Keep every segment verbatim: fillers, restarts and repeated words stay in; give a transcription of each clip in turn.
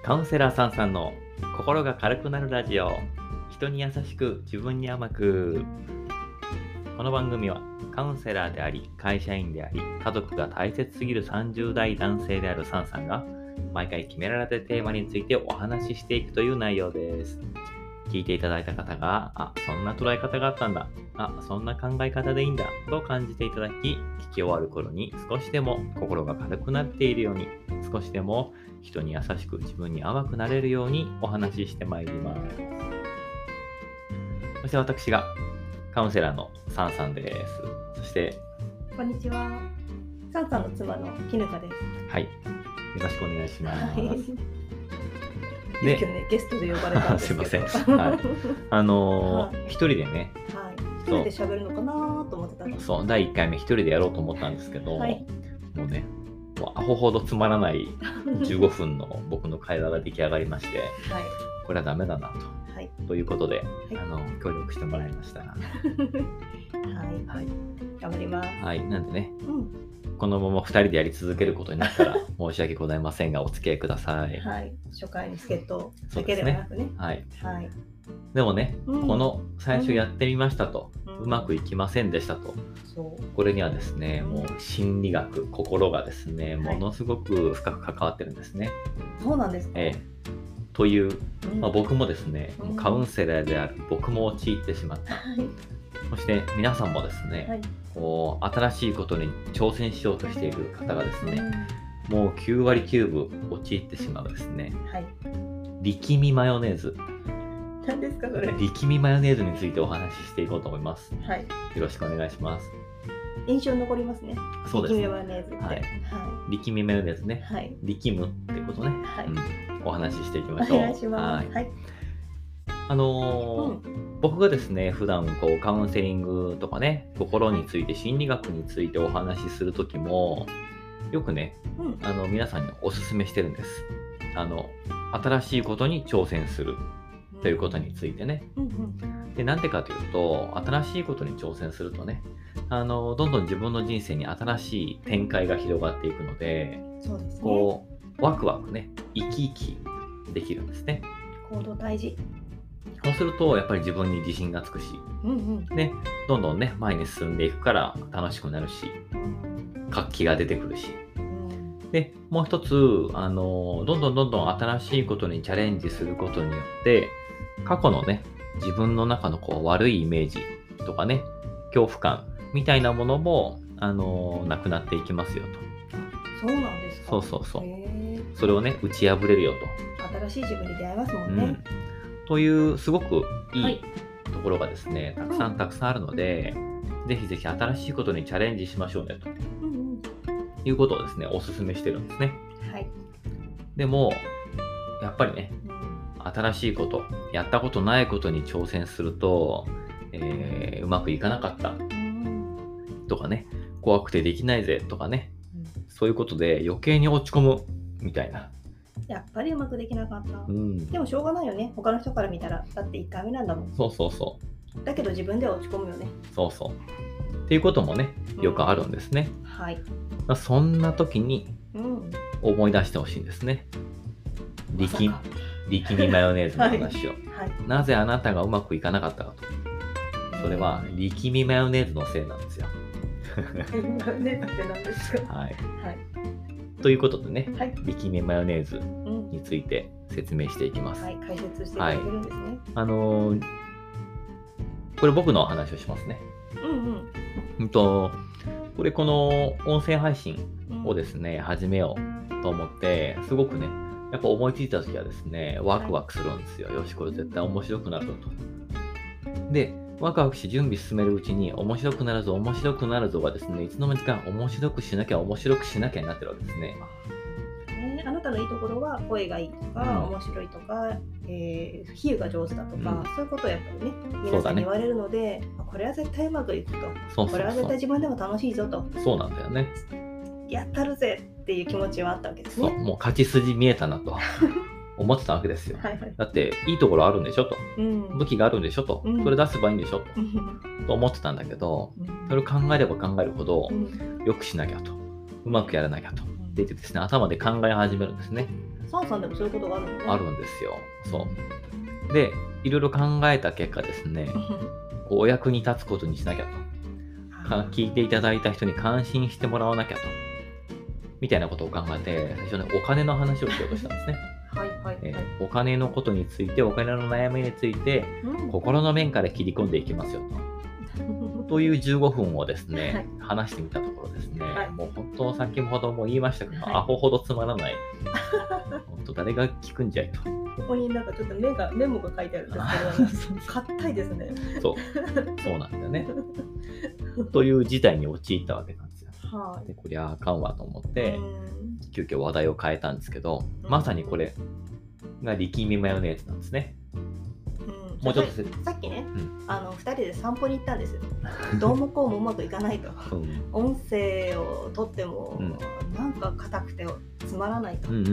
カウンセラーさんさんの心が軽くなるラジオ。人に優しく自分に甘く。この番組はカウンセラーであり会社員であり家族が大切すぎるさんじゅう代男性であるサンさんが毎回決められたテーマについてお話ししていくという内容です。聞いていただいた方が、あ、そんな捉え方があったんだ、あ、そんな考え方でいいんだと感じていただき、聞き終わる頃に少しでも心が軽くなっているように、少しでも人に優しく自分に甘くなれるようにお話ししてまいります。そして私がカウンセラーのサンさんです。そしてこんにちは。サンさんの妻の絹香です。 はい、よろしくお願いします。 で、今日ねゲストで呼ばれたんですけどすいません。はい、あのーはい、一人でね、 はい、一人で喋るのかなと思ってたんです。 そう、だいいっかいめ一人でやろうと思ったんですけど、はい、もうね、もうアホほどつまらないじゅうごふんの僕の会話が出来上がりまして、はい、これはダメだなと、はい、ということで、はい、あの協力してもらいました。はい、 はい、頑張ります。 はい、なんでね、うん、このままふたりでやり続けることになったら申し訳ございませんがお付き合いください。 はい、初回に助っ人だけではなくね。 ね、はい、はい。でもね、うん、この最初やってみましたと、うん、うまくいきませんでしたと、そうこれにはですね、もう心理学、心がですね、ものすごく深く関わってるんですね。 そうなんですか。 ええ、という、まあ、僕もですね、うん、カウンセラーである僕も陥ってしまった。はい、そして皆さんもですね、はい、こう新しいことに挑戦しようとしている方がですね、うん、もうきゅうわりきゅうぶ陥ってしまうですね、はい、力みマヨネーズ。 何ですかそれ。 力みマヨネーズについてお話ししていこうと思います。 はい。 よろしくお願いします。 印象に残りますね。 そうですね。 力みマヨネーズって。はい。 力みマヨネーズね。はい。力むってことね。はい、うん。お話ししていきましょう。 お願いします。はい。はい、 あのーうん、僕がですね、普段こうカウンセリングとかね、心について心理学についてお話しするときも、よくね、うん、あの皆さんにお勧めしてるんです。あの新しいことに挑戦するということについてね。うんうん、で、なんでかというと、新しいことに挑戦するとね、あのどんどん自分の人生に新しい展開が広がっていくので、 そうですね、 こうワクワクね、生き生きできるんですね。 行動大事。 そうするとやっぱり自分に自信がつくし、うんうん、ね、どんどんね前に進んでいくから楽しくなるし、活気が出てくるし、うん、でもう一つ、あのどんどんどんどん新しいことにチャレンジすることによって過去のね自分の中のこう悪いイメージとかね、恐怖感みたいなものも、あのなくなっていきますよと。そうなんですか。 そうそうそう。それをね打ち破れるよと。新しい自分に出会いますもんね。うんというすごくいいところがですね、はい、たくさんたくさんあるので、うん、ぜひぜひ新しいことにチャレンジしましょうねと、うんうん、いうことをですねお勧めしてるんですね。はい、でもやっぱりね、うん、新しいことやったことないことに挑戦すると、えー、うまくいかなかった、うん、とかね、怖くてできないぜとかね、うん、そういうことで余計に落ち込むみたいな。 やっぱりうまくできなかった、うん、でもしょうがないよね、他の人から見たら。だっていっかいめなんだもん。 そうそうそう。 だけど自分では落ち込むよね。 そうそうっていうこともねよくあるんですね、うん、はい。そんな時に思い出してほしいんですね、うん、力, ま力みマヨネーズの話を、 はいはい、 なぜあなたがうまくいかなかったかと。それは力みマヨネーズのせいなんですよ。 マヨネーズって何ですか。はい、はい、 ということでね、はい、力みマヨネーズについて説明していきます。 うん、はい、解説していただけるんですね。はい、 あのー、これ僕の話をしますね。うんうん。うんと、これこの音声配信をですね、うん、始めようと思って、すごくね、やっぱ思いついた時はですね、ワクワクするんですよ。はい、よし、これ絶対面白くなるぞと。で、ワクワクして準備進めるうちに面白くなるぞ面白くなるぞがですね、いつの間にか面白くしなきゃ面白くしなきゃになってるわけですね。 えー、あなたのいいところは声がいいとか、うん、面白いとか、えー、比喩が上手だとか、うん、そういうことをやっぱりね皆さんに言われるので、ね、これは絶対うまくいくと。そうそうそう、これは絶対自分でも楽しいぞと。 そうなんだよね。 やったるぜっていう気持ちはあったわけですね。 そう、もう勝ち筋見えたなと思ってたわけですよ。はい、はい、だっていいところあるんでしょと、うん、武器があるんでしょと、うん、それ出せばいいんでしょと、うん、と思ってたんだけど、うん、それを考えれば考えるほど、うん、よくしなきゃと、うまくやらなきゃとって言ってですね、頭で考え始めるんですね。 サンさんでもそういうことがあるのね。 あるんですよ。そう。で、いろいろ考えた結果ですね、こうお役に立つことにしなきゃと。か聞いていただいた人に感心してもらわなきゃと。みたいなことを考えて、最初ね、お金の話をしようとしたんですね。 はいはいはい、 えーお金のことについて、お金の悩みについて、 うん、 心の面から切り込んでいきますよと。というじゅうごふんをですね、 はい話してみたところですね、 はいもう本当、先ほども言いましたけど、 はいアホほどつまらない。本当、誰が聞くんじゃいと。 ここになんかちょっとメがメモが書いてあるんですけど、硬いですね。 そう、そうなんだよね。という事態に陥ったわけなんですよ。 はい、 でこりゃあかんわと思って、 うん急遽話題を変えたんですけど、まさにこれが力みマヨネーズなんですね。 うん、 もうちょっとささっきね、 うん、 あのふたりで散歩に行ったんですよ。どうもこうもうまくいかないと。 うん、 音声を取っても、 うん、 なんか硬くてつまらないと。 うんうん、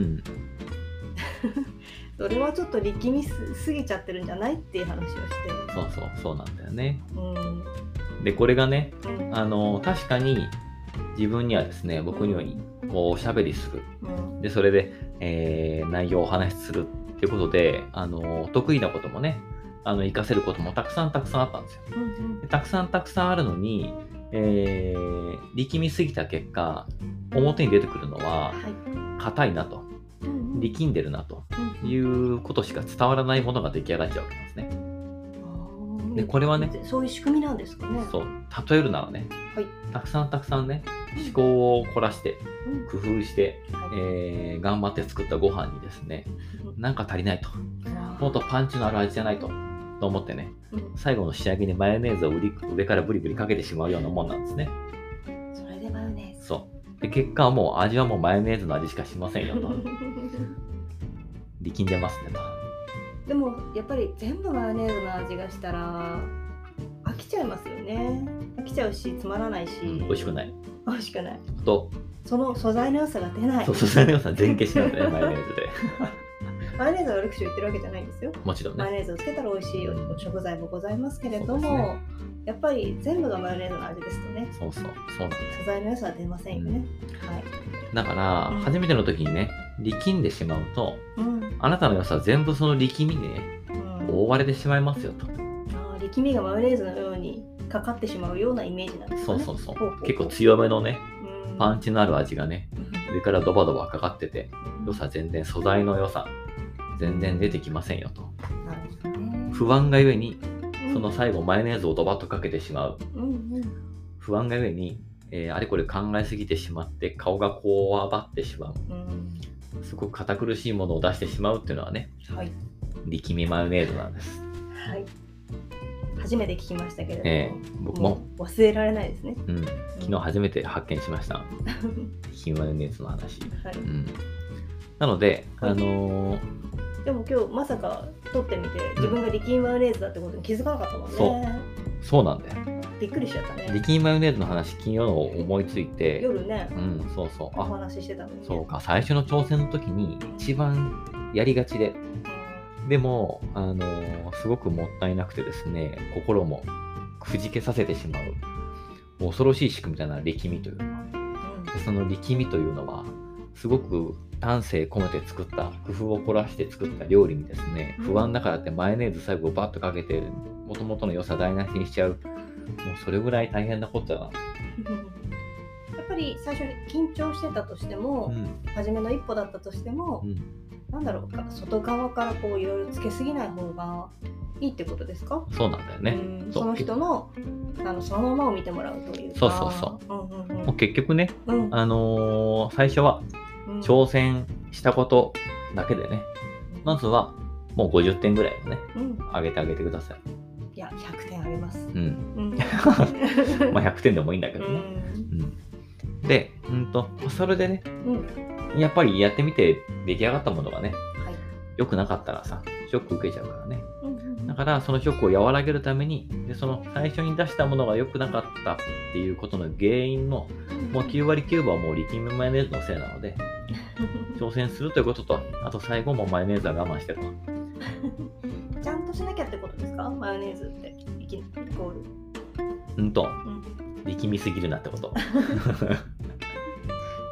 それはちょっと力みすすぎちゃってるんじゃないっていう話をして。 そうそう、そうなんだよね。 うん、 で、これがね、 うん、 あの、確かに自分にはですね、僕にはこう、おしゃべりする。 うんで、それで、えー、内容をお話しするっていうことで、あの、得意なこともね、あの、活かせることもたくさんたくさんあったんですよ。 うんでたくさんたくさんあるのに、えー、力みすぎた結果、表に出てくるのは、 はい硬いなと、 うんうん力んでるなとうんいうことしか伝わらないものが出来上がっちゃうわけなんですね。 あーでこれはね、 そういう仕組みなんですかね。 そう、例えるならね、 はい、 たくさんたくさんね、思考を凝らして、 うん工夫して、 はいえー頑張って作ったご飯にですね、なんか足りないと、 あーもっとパンチのある味じゃないと、と思ってね、 うん最後の仕上げにマヨネーズを売り上からブリブリかけてしまうようなもんなんですね。 それでマヨネーズ。 そう。で、結果はもう味はもうマヨネーズの味しかしませんよと。力んでますねと。 でもやっぱり全部マヨネーズの味がしたら飽きちゃいますよね。飽きちゃうしつまらないし、 美味しくない。 美味しくない。 と、 その素材の良さが出ない。 そう、素材の良さ全消しなんだね、マヨネーズで。 マヨネーズは悪口を言ってるわけじゃないんですよ。 もちろんね。 マヨネーズをつけたら美味しいよ、 うん食材もございますけれどそうですも、 ねやっぱり全部がマヨネーズの味ですとね、 そうそう、そうなんです。 素材の良さは出ませんよね。はい。 だから、 うん初めての時にね、力んでしまうと、 うんあなたの良さは全部その力みでね、 うん覆われてしまいますよと。 あー力みがマヨネーズのようにかかってしまうようなイメージなんですかね。 そうそうそうほうほうほう。 結構強めのね、 うんパンチのある味がね、上からドバドバかかってて、良さ全然、素材の良さ、全然出てきませんよと。 なるほどね。 不安がゆえに、 うんその最後マヨネーズをドバッとかけてしまう。 うんうん不安がゆえに、えーあれこれ考えすぎてしまって顔がこわばってしまう。 うんすごく堅苦しいものを出してしまうっていうのはね、 はい力みマヨネーズなんです。 はい。初めて聞きましたけれども、 えー僕も、 う忘れられないですね。 うん、昨日初めて発見しました。力みマヨネーズの話。 はい。 うん、なので、 はいあのーでも今日まさか撮ってみて自分が力みマヨネーズだってことに気づかなかったもんね。 そうそうなんだよ。 びっくりしちゃったね。 力みマヨネーズの話、金曜の思いついて、 夜ね、 うん、そうそう。 おあ、 話ししてたのに、ね。 そうか、最初の挑戦の時に一番やりがちで、でも、あのーすごくもったいなくてですね、心もくじけさせてしまう、恐ろしい仕組みだな、力みというのは。 うんでその力みというのは、すごく丹精込めて作った、工夫を凝らして作った料理にですね、 うん不安だからってマヨネーズ最後バッとかけて、もともとの良さ台無しにしちゃう。もうそれぐらい大変なことだな。 やっぱり最初に緊張してたとしても、 うん。 初めの一歩だったとしても、 うん。 なんだろうか、外側からこういろいろつけすぎない方がいいってことですか？ そうなんだよね。 うんそうその人のあのそのままを見てもらうというか。 そうそうそうんうんうんもう結局ね、 うんあのー最初はうん挑戦したことだけでね、まずはもうごじゅってんぐらいをね、 うん上げてあげてください。 いやひゃくてんあげます。 うん。 うんまあひゃくてんでもいいんだけどね。 うんうん。で、うんと、それでね、 うんやっぱりやってみて出来上がったものがね、 はい良くなかったらさ、ショック受けちゃうからね。 うんうんだから、そのショックを和らげるために、でその最初に出したものが良くなかったっていうことの原因の、もうきゅうわりきゅうぶはもう力みマヨネーズのせいなので、挑戦するということと、あと最後もマヨネーズは我慢してと。 ちゃんとしなきゃってことですか？マヨネーズってイコール。 うんと、 うん力みすぎるなってこと。 なるほどね。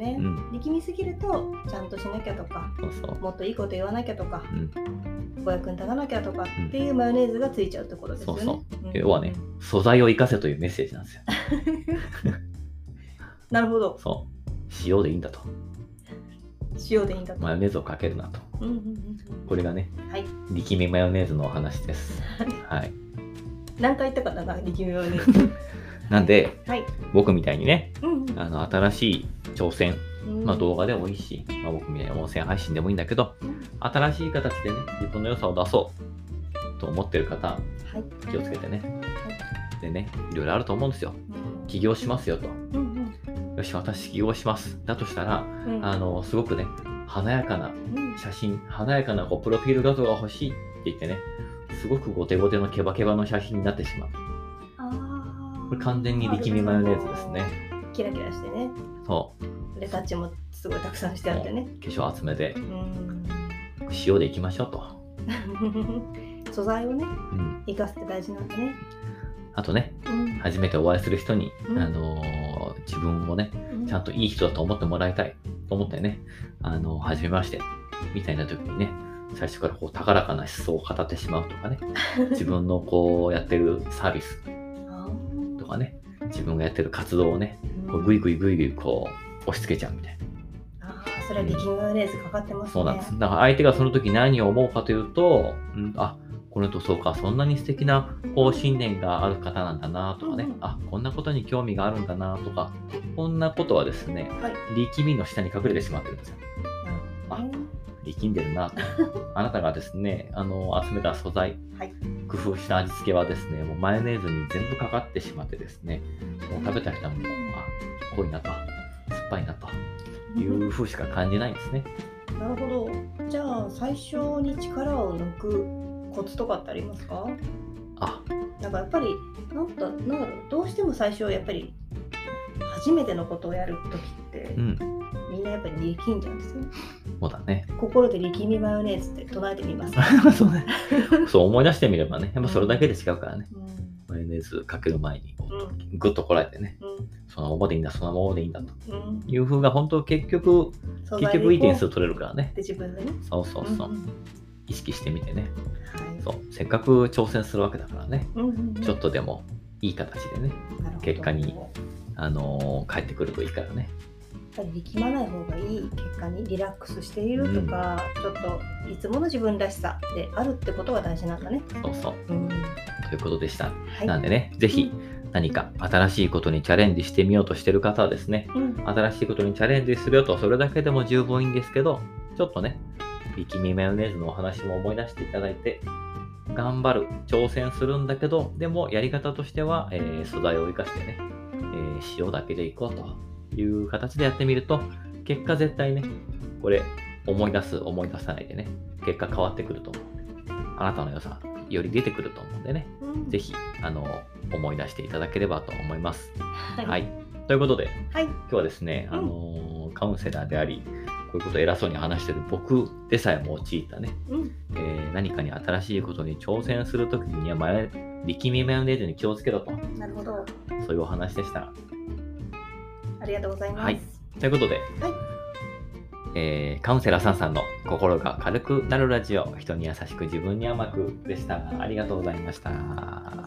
ね、うん、力みすぎるとちゃんとしなきゃとか、そうそう、もっといいこと言わなきゃとか、うん、お役に立たなきゃとかっていうマヨネーズがついちゃうってことですよね。そうそう、 うん、要はね、素材を生かせというメッセージなんですよ。 なるほど。 そう、塩でいいんだと。 塩でいいんだと。 マヨネーズをかけるなと。うんうんうん、これがね、はい、力みマヨネーズのお話です。はい。 何回言ったかな、力みマヨネーズ。 なんで、はい、僕みたいにね、うんうん、あの新しい挑戦、まあ、動画でもいいし、まあ、僕みたいな音声配信でもいいんだけど、うん、新しい形でね、自分の良さを出そうと思ってる方、はい、気をつけてね、はい、でね、いろいろあると思うんですよ。うん、起業しますよと。うんうん、よし、私起業します。だとしたら、うん、あのすごくね、華やかな写真、うん、華やかなこうプロフィール画像が欲しいって言ってね、すごくゴテゴテのケバケバの写真になってしまう。これ完全に力みマヨネーズですね。 キラキラしてね。そう。レタッチもすごいたくさんしてあってね。 化粧厚めで、うん、塩でいきましょうと。 素材をね、うん、生かすって大事なんだね。 あとね、うん、初めてお会いする人に、うん、あのー、自分をね、ちゃんといい人だと思ってもらいたいと思ってね、あのー、初めましてみたいな時にね、最初からこう高らかな思想を語ってしまうとかね、自分のこうやってるサービスとかね、自分がやってる活動をね、こうグイグイグイグイこう押し付けちゃうみたいな。ああ、それは力みマヨネーズかかってますね。 そうなんです。だから相手がその時何を思うかというと、うん、あ、この人そうか、そんなに素敵なこう信念がある方なんだなとかね、うん、あ、こんなことに興味があるんだなとか、こんなことはですね、はい、力みの下に隠れてしまってるんですよ。あ、力んでるなと。あなたがですね、あの集めた素材、はい、工夫した味付けはですね、もうマヨネーズに全部かかってしまってですね、もう食べた人はもう、あ、濃いなと、酸っぱいなという風しか感じないんですね。 なるほど。じゃあ最初に力を抜くコツとかってありますか？あ、なんかやっぱりなんだなんだろう、どうしても最初やっぱり初めてのことをやるときって、うん、みんなやっぱり力んじゃうんですよ。 そうだね。 心で力みマヨネーズって唱えてみますか？ そうね。そう思い出してみればね、やっぱそれだけで違うからね。うん、マヨネーズかける前にうん、ぐっとこらえてね、うん、そのままでいいんだ、そのままでいいんだと、うん、いう風が本当結局結局いい点数取れるからね。 で自分でね。 そうそうそう。うん、意識してみてね。はい、そうせっかく挑戦するわけだからね。うんうんうん、ちょっとでもいい形でね、結果にあのー、返ってくるといいからね。 やっぱり力まない方がいい結果にリラックスしているとか、うん、ちょっといつもの自分らしさであるってことが大事なんだね。 そうそう、うん、ということでした、はい、なんでね、ぜひ何か新しいことにチャレンジしてみようとしている方はですね、うん、新しいことにチャレンジするよと、それだけでも十分いいんですけど、ちょっとね、力みマヨネーズのお話も思い出していただいて、頑張る、挑戦するんだけど、でもやり方としては、えー、素材を生かしてね、えー、塩だけでいこうという形でやってみると、結果絶対ね、これ思い出す、思い出さないでね、結果変わってくると思う。あなたの良さ、より出てくると思うんでね、うん、ぜひ、あの、思い出していただければと思います。はい。はい、ということで、はい、今日はですね、あのー、カウンセラーであり、こういうことを偉そうに話している僕でさえ用いたね、うんえー、何かに新しいことに挑戦するときには、マヨ力みマヨネーズに気をつけろと。 なるほど。 そういうお話でした。 ありがとうございます。 はい、ということで、はいえー、カウンセラーさんさんの心が軽くなるラジオ、人に優しく自分に甘くでした。ありがとうございました。